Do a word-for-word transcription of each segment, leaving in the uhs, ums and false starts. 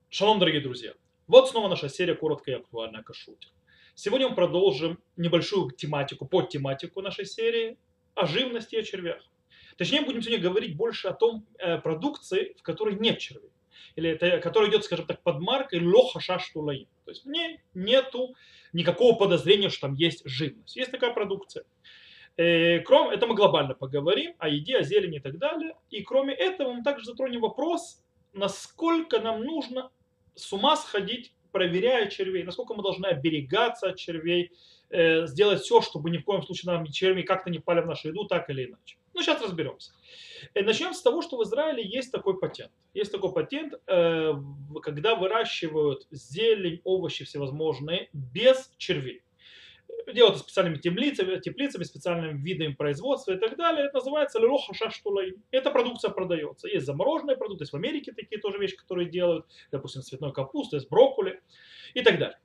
Шалом, дорогие друзья! Вот снова наша серия «Коротко и актуально о кашруте». Сегодня мы продолжим небольшую тематику, подтематику нашей серии о живности и о червях. Точнее, будем сегодня говорить больше о том э, продукции, в которой нет червей. Или это, которая идет, скажем так, под маркой «ло хашаш тулаим». То есть в ней нету никакого подозрения, что там есть живность. Есть такая продукция. Э, Кроме, это мы глобально поговорим о еде, о зелени и так далее. И кроме этого мы также затронем вопрос, насколько нам нужно с ума сходить, проверяя червей, насколько мы должны оберегаться от червей, э, сделать все, чтобы ни в коем случае нам черви как-то не пали в нашу еду, так или иначе. Ну, сейчас разберемся. Э, Начнем с того, что в Израиле есть такой патент. Есть такой патент, э, когда выращивают зелень, овощи всевозможные без червей. Делают это специальными теплицами, теплицами, специальными видами производства и так далее. Это называется лероха шаштулай. Эта продукция продается. Есть замороженные продукты, есть в Америке такие тоже вещи, которые делают, допустим, цветной капусты, есть брокколи и так далее.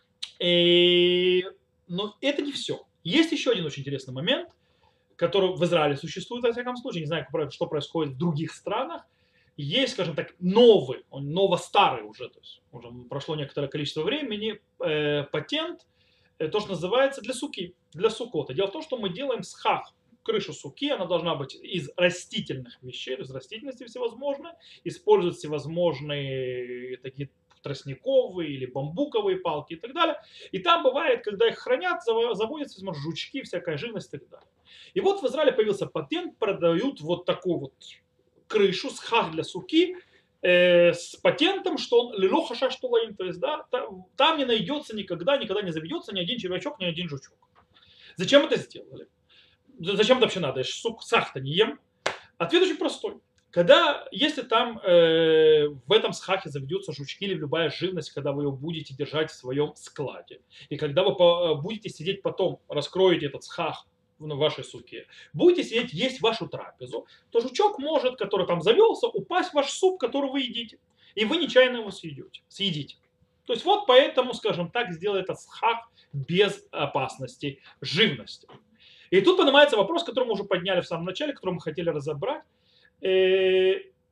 И... Но это не все. Есть еще один очень интересный момент, который в Израиле существует, во всяком случае, не знаю, что происходит в других странах. Есть, скажем так, новый, он ново-старый уже, то есть уже прошло некоторое количество времени, э, патент, то, что называется, для суки, для сукота. Дело в том, что мы делаем схах, крышу суки, она должна быть из растительных вещей, то есть растительности всевозможные, используют всевозможные такие тростниковые или бамбуковые палки и так далее. И там бывает, когда их хранят, заводятся, возможно, жучки, всякая живность и так далее. И вот в Израиле появился патент, продают вот такую вот крышу, схах для суки, э, с патентом, что он лилоха шаштулаим, то есть, да, там, там не найдется никогда, никогда не заведется ни один червячок, ни один жучок. Зачем это сделали? Зачем это вообще надо? Я ж сах-то не ем. Ответ очень простой. Когда, если там э, в этом схахе заведутся жучки или любая живность, когда вы ее будете держать в своем складе, и когда вы по, будете сидеть потом, раскроете этот схах в вашей суке, будете сидеть есть вашу трапезу, то жучок может, который там завелся, упасть в ваш суп, который вы едите. И вы нечаянно его съедете, съедите. То есть вот поэтому, скажем так, сделай этот схах без опасности живности. И тут поднимается вопрос, который мы уже подняли в самом начале, который мы хотели разобрать. Э,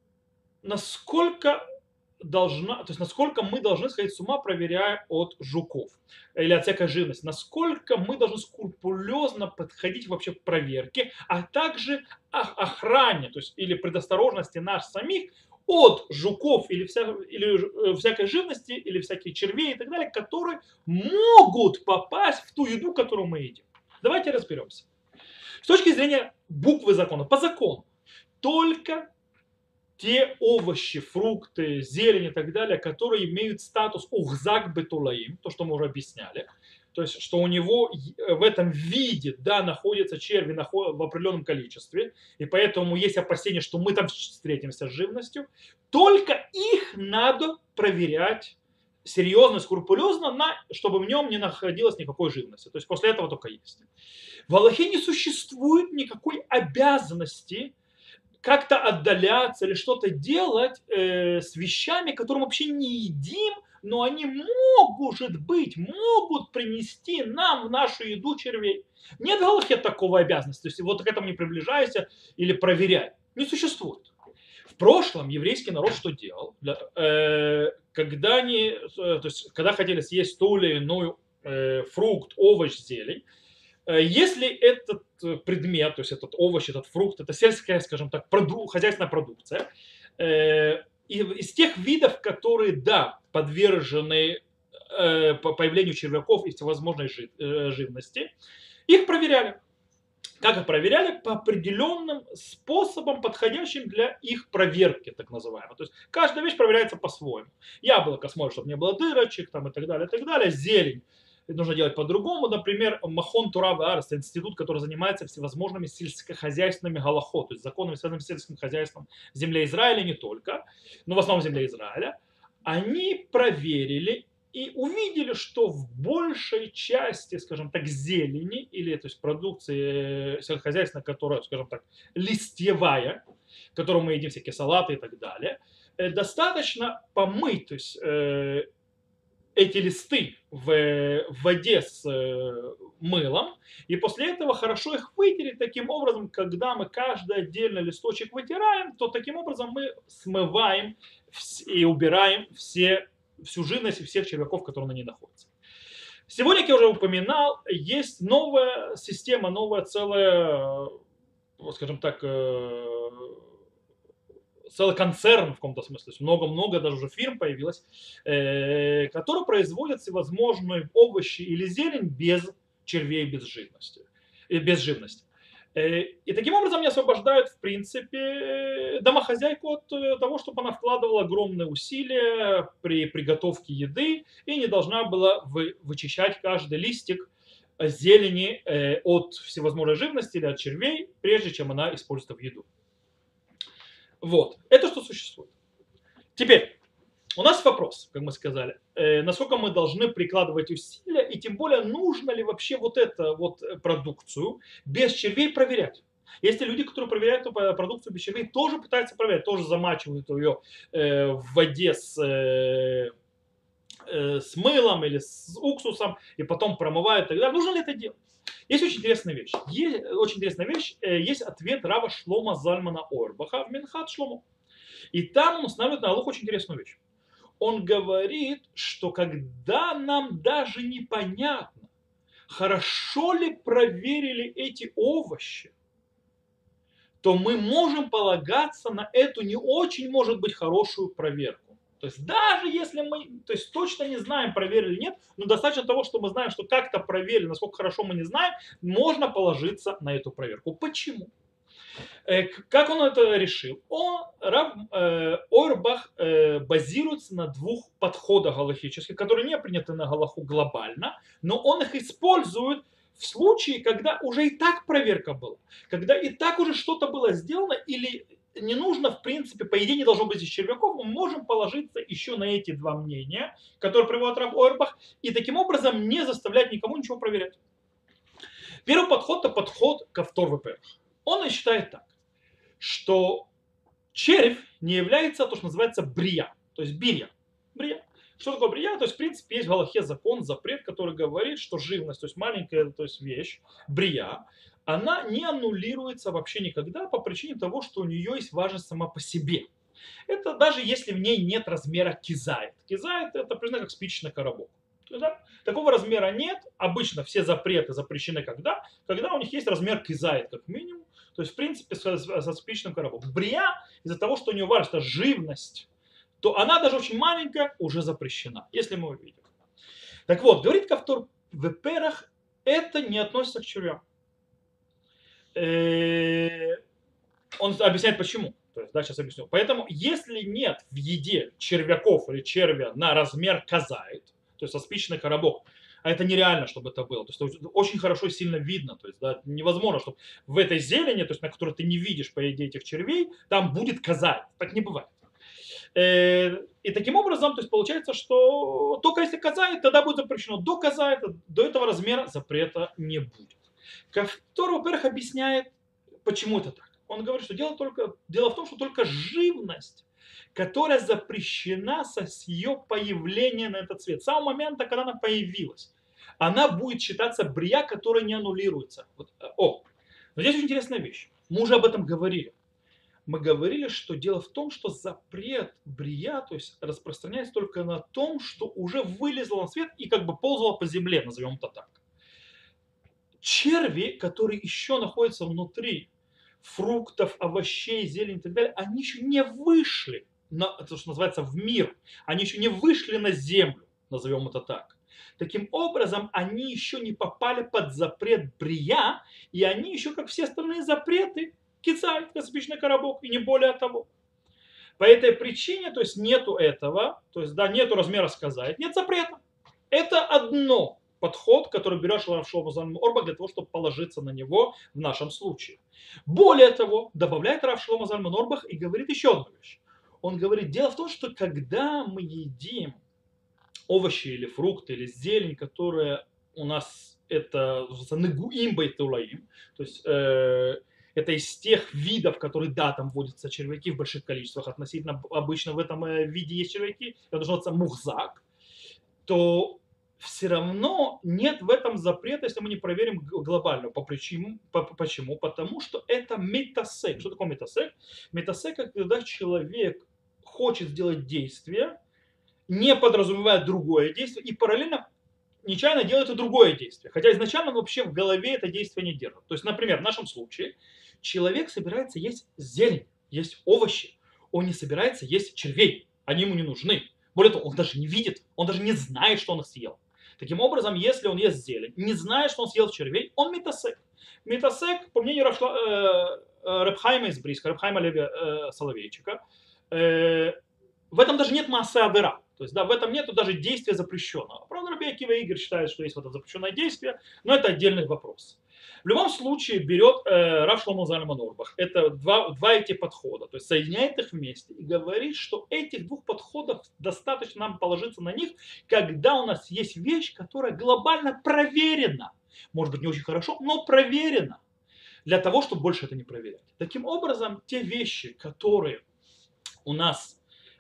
насколько должна, то есть насколько мы должны сходить с ума, проверяя от жуков или от всякой живности, насколько мы должны скрупулезно подходить вообще к проверке, а также охране, то есть или предосторожности нас самих от жуков или, вся, или всякой живности, или всяких червей и так далее, которые могут попасть в ту еду, которую мы едим. Давайте разберемся. С точки зрения буквы закона, по закону, только те овощи, фрукты, зелень и так далее, которые имеют статус ухзак бетулаим, то, что мы уже объясняли, то есть, что у него в этом виде, да, находятся черви в определенном количестве, и поэтому есть опасения, что мы там встретимся с живностью, только их надо проверять серьезно, скрупулезно, на, чтобы в нем не находилось никакой живности. То есть после этого только есть. В Аллахе не существует никакой обязанности как-то отдаляться или что-то делать э, с вещами, которые мы вообще не едим, но они могут быть, могут принести нам в нашу еду червей. Нет в Аллахе такого обязанности. То есть вот к этому не приближайся или проверяй. Не существует. В прошлом еврейский народ что делал? Э, когда, они, э, то есть, когда хотели съесть ту или иную э, фрукт, овощ, зелень, если этот предмет, то есть этот овощ, этот фрукт, это сельская, скажем так, проду, хозяйственная продукция, э, из тех видов, которые, да, подвержены э, появлению червяков и всевозможной жи, э, живности, их проверяли. Как их проверяли? По определенным способам, подходящим для их проверки, так называемой. То есть каждая вещь проверяется по-своему. Яблоко смотрит, чтобы не было дырочек, там, и так далее, и так далее. Зелень нужно делать по-другому. Например, Махон Тура Ваарс, институт, который занимается всевозможными сельскохозяйственными галахот, то есть законами, связанными с сельским хозяйством в земле Израиля, не только, но в основном в земле Израиля, они проверили и увидели, что в большей части, скажем так, зелени, или то есть продукции сельскохозяйственной, которая, скажем так, листьевая, которую мы едим, всякие салаты и так далее, достаточно помыть, то есть эти листы в, в воде с э, мылом, и после этого хорошо их вытереть таким образом, когда мы каждый отдельный листочек вытираем, то таким образом мы смываем и убираем все, всю живность и всех червяков, которые на ней находятся. Сегодня, как я уже упоминал, есть новая система, новая целая, скажем так, целый концерн в каком-то смысле, много-много даже уже фирм появилось, э, которые производят всевозможные овощи или зелень без червей, без живности. И без живности. Э, и таким образом не освобождают, в принципе, домохозяйку от того, чтобы она вкладывала огромные усилия при приготовке еды и не должна была вы, вычищать каждый листик зелени э, от всевозможной живности или от червей, прежде чем она использует в еду. Вот, это что существует. Теперь, у нас вопрос, как мы сказали, э, насколько мы должны прикладывать усилия, и тем более, нужно ли вообще вот эту вот продукцию без червей проверять. Есть люди, которые проверяют эту продукцию без червей, тоже пытаются проверять, тоже замачивают ее э, в воде с, э, э, с мылом или с уксусом, и потом промывают и так далее. Нужно ли это делать? Есть очень интересная вещь. Есть, очень интересная вещь. Есть ответ Рава Шломо Зальмана Ойрбаха в Минхат Шломо. И там он устанавливает на Аллаху очень интересную вещь. Он говорит, что когда нам даже непонятно, хорошо ли проверили эти овощи, то мы можем полагаться на эту не очень, может быть, хорошую проверку. То есть даже если мы то есть, точно не знаем, проверили или нет, но достаточно того, что мы знаем, что как-то проверили, насколько хорошо мы не знаем, можно положиться на эту проверку. Почему? Как он это решил? Он, Рав э, Ойрбах э, базируется на двух подходах галахических, которые не приняты на галаху глобально, но он их использует в случае, когда уже и так проверка была, когда и так уже что-то было сделано, или не нужно, в принципе, по идее не должно быть из червяков, мы можем положиться еще на эти два мнения, которые приводит Рав Ойрбах, и таким образом не заставлять никому ничего проверять. Первый подход – это подход ко второму ВПР. Он считает так, что червь не является то, что называется брия, то есть бирья. Брия. Что такое брия? То есть, в принципе, есть в галахе закон, запрет, который говорит, что живность, то есть маленькая то есть вещь, брия, она не аннулируется вообще никогда по причине того, что у нее есть важность сама по себе. Это даже если в ней нет размера кизайт. Кизайт – это признак как спичечный коробок. Да? Такого размера нет. Обычно все запреты запрещены когда? Когда у них есть размер кизайт как минимум. То есть, в принципе, со, со спичечным коробком. Брия, из-за того, что у нее важность, это живность, то она даже очень маленькая уже запрещена, если мы увидим. Так вот, говорит Кавтор в перах, это не относится к червям. Он объясняет почему. То есть, да, сейчас объясню. Поэтому, если нет в еде червяков или червя на размер казайт, то есть со спичечный коробок, а это нереально, чтобы это было. То есть это очень хорошо и сильно видно. То есть да, невозможно, чтобы в этой зелени, то есть на которой ты не видишь, по идее, этих червей, там будет казайт. Так не бывает. И таким образом, то есть получается, что только если казайт, тогда будет запрещено. До казайта, до этого размера запрета не будет. Кавтор, во-первых, объясняет, почему это так. Он говорит, что дело, только, дело в том, что только живность, которая запрещена со с ее появления на этот свет, с самого момента, когда она появилась, она будет считаться брия, которая не аннулируется. Вот, о, но здесь очень интересная вещь. Мы уже об этом говорили. Мы говорили, что дело в том, что запрет брия, то есть распространяется только на том, что уже вылезло на свет и как бы ползало по земле, назовем это так. Черви, которые еще находятся внутри фруктов, овощей, зелени и так далее, они еще не вышли, на, то, что называется, в мир. Они еще не вышли на землю, назовем это так. Таким образом, они еще не попали под запрет брия, и они еще, как все остальные запреты, кицайт, космичный коробок, и не более того. По этой причине, то есть нету этого, то есть да, нету размера сказать, нет запрета. Это одно подход, который берет Рав Шломо Зальман Ойрбах для того, чтобы положиться на него в нашем случае. Более того, добавляет Рав Шломо Зальман Ойрбах и говорит еще одну вещь. Он говорит, дело в том, что когда мы едим овощи или фрукты или зелень, которая у нас это негуим бейтулаим, то есть э, это из тех видов, которые, да, там водятся червяки в больших количествах, относительно обычно в этом виде есть червяки, это называется мухзак. то все равно нет в этом запрета, если мы не проверим глобально. По причину, по, почему? Потому что это метасек. Что такое метасек? Метасек, это когда человек хочет сделать действие, не подразумевая другое действие, и параллельно нечаянно делает и другое действие. Хотя изначально он вообще в голове это действие не держит. То есть, например, в нашем случае человек собирается есть зелень, есть овощи. Он не собирается есть червей. Они ему не нужны. Более того, он даже не видит, он даже не знает, что он их съел. Таким образом, если он ест зелень, не зная, что он съел червей, он метасек. Метасек, по мнению Рафшла, э, э, Рабхайма из Бриска, Рабхайма Леви э, Соловейчика, э, в этом даже нет массы авера. То есть, да, в этом нету даже действия запрещенного. Правда, Раби Акива Игорь считает, что есть вот это запрещенное действие, но это отдельный вопрос. В любом случае берет э, Рав Шломо Зальман Орбах. Это два, два эти подхода. То есть соединяет их вместе и говорит, что этих двух подходов достаточно нам положиться на них, когда у нас есть вещь, которая глобально проверена. Может быть, не очень хорошо, но проверена. Для того, чтобы больше это не проверять. Таким образом, те вещи, которые у нас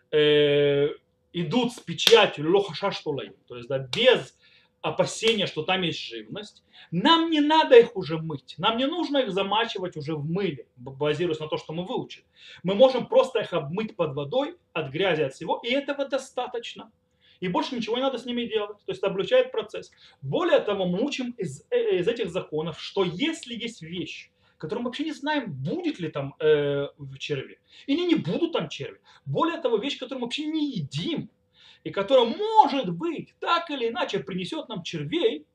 э, идут с печатью лохашаштулай, то есть да, без опасения, что там есть живность, нам не надо их уже мыть, нам не нужно их замачивать уже в мыле, базируясь на том, что мы выучили. Мы можем просто их обмыть под водой от грязи, от всего, и этого достаточно. И больше ничего не надо с ними делать. То есть это облегчает процесс. Более того, мы учим из, из этих законов, что если есть вещь, которую мы вообще не знаем, будет ли там э, черви, или не будут там черви. Более того, вещь, которую мы вообще не едим, и которая, может быть, так или иначе принесет нам червей,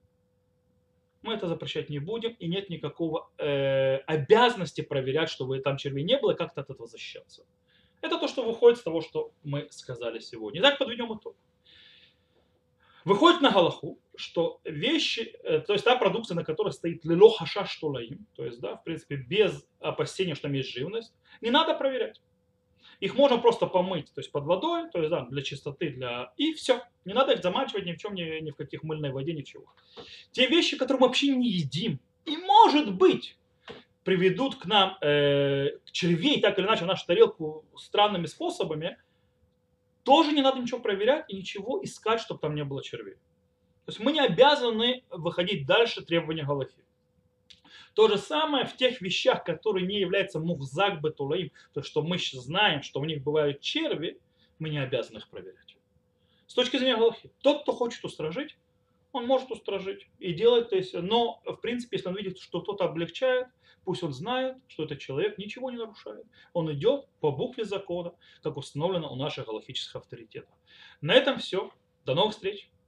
мы это запрещать не будем, и нет никакого э, обязанности проверять, чтобы там червей не было, и как-то от этого защищаться. Это то, что выходит из того, что мы сказали сегодня. Итак, подведем итог. Выходит на галаху, что вещи, то есть та продукция, на которой стоит лило хашаш тулаим, то есть, да, в принципе, без опасения, что там есть живность, не надо проверять. Их можно просто помыть, то есть под водой, то есть, да, для чистоты, для... и все. Не надо их замачивать ни в чем, ни, ни в каких мыльной воде, ничего. Те вещи, которые мы вообще не едим, и, может быть, приведут к нам э, червей, так или иначе, в нашу тарелку странными способами, тоже не надо ничего проверять и ничего искать, чтобы там не было червей. То есть мы не обязаны выходить дальше требования галахи. То же самое в тех вещах, которые не являются мухзак бетулаим, то есть что мы знаем, что у них бывают черви, мы не обязаны их проверять. С точки зрения галахи, тот, кто хочет устражить, он может устражить и делать, то есть, но в принципе, если он видит, что кто-то облегчает, пусть он знает, что этот человек ничего не нарушает. Он идет по букве закона, как установлено у наших галахических авторитетов. На этом все. До новых встреч.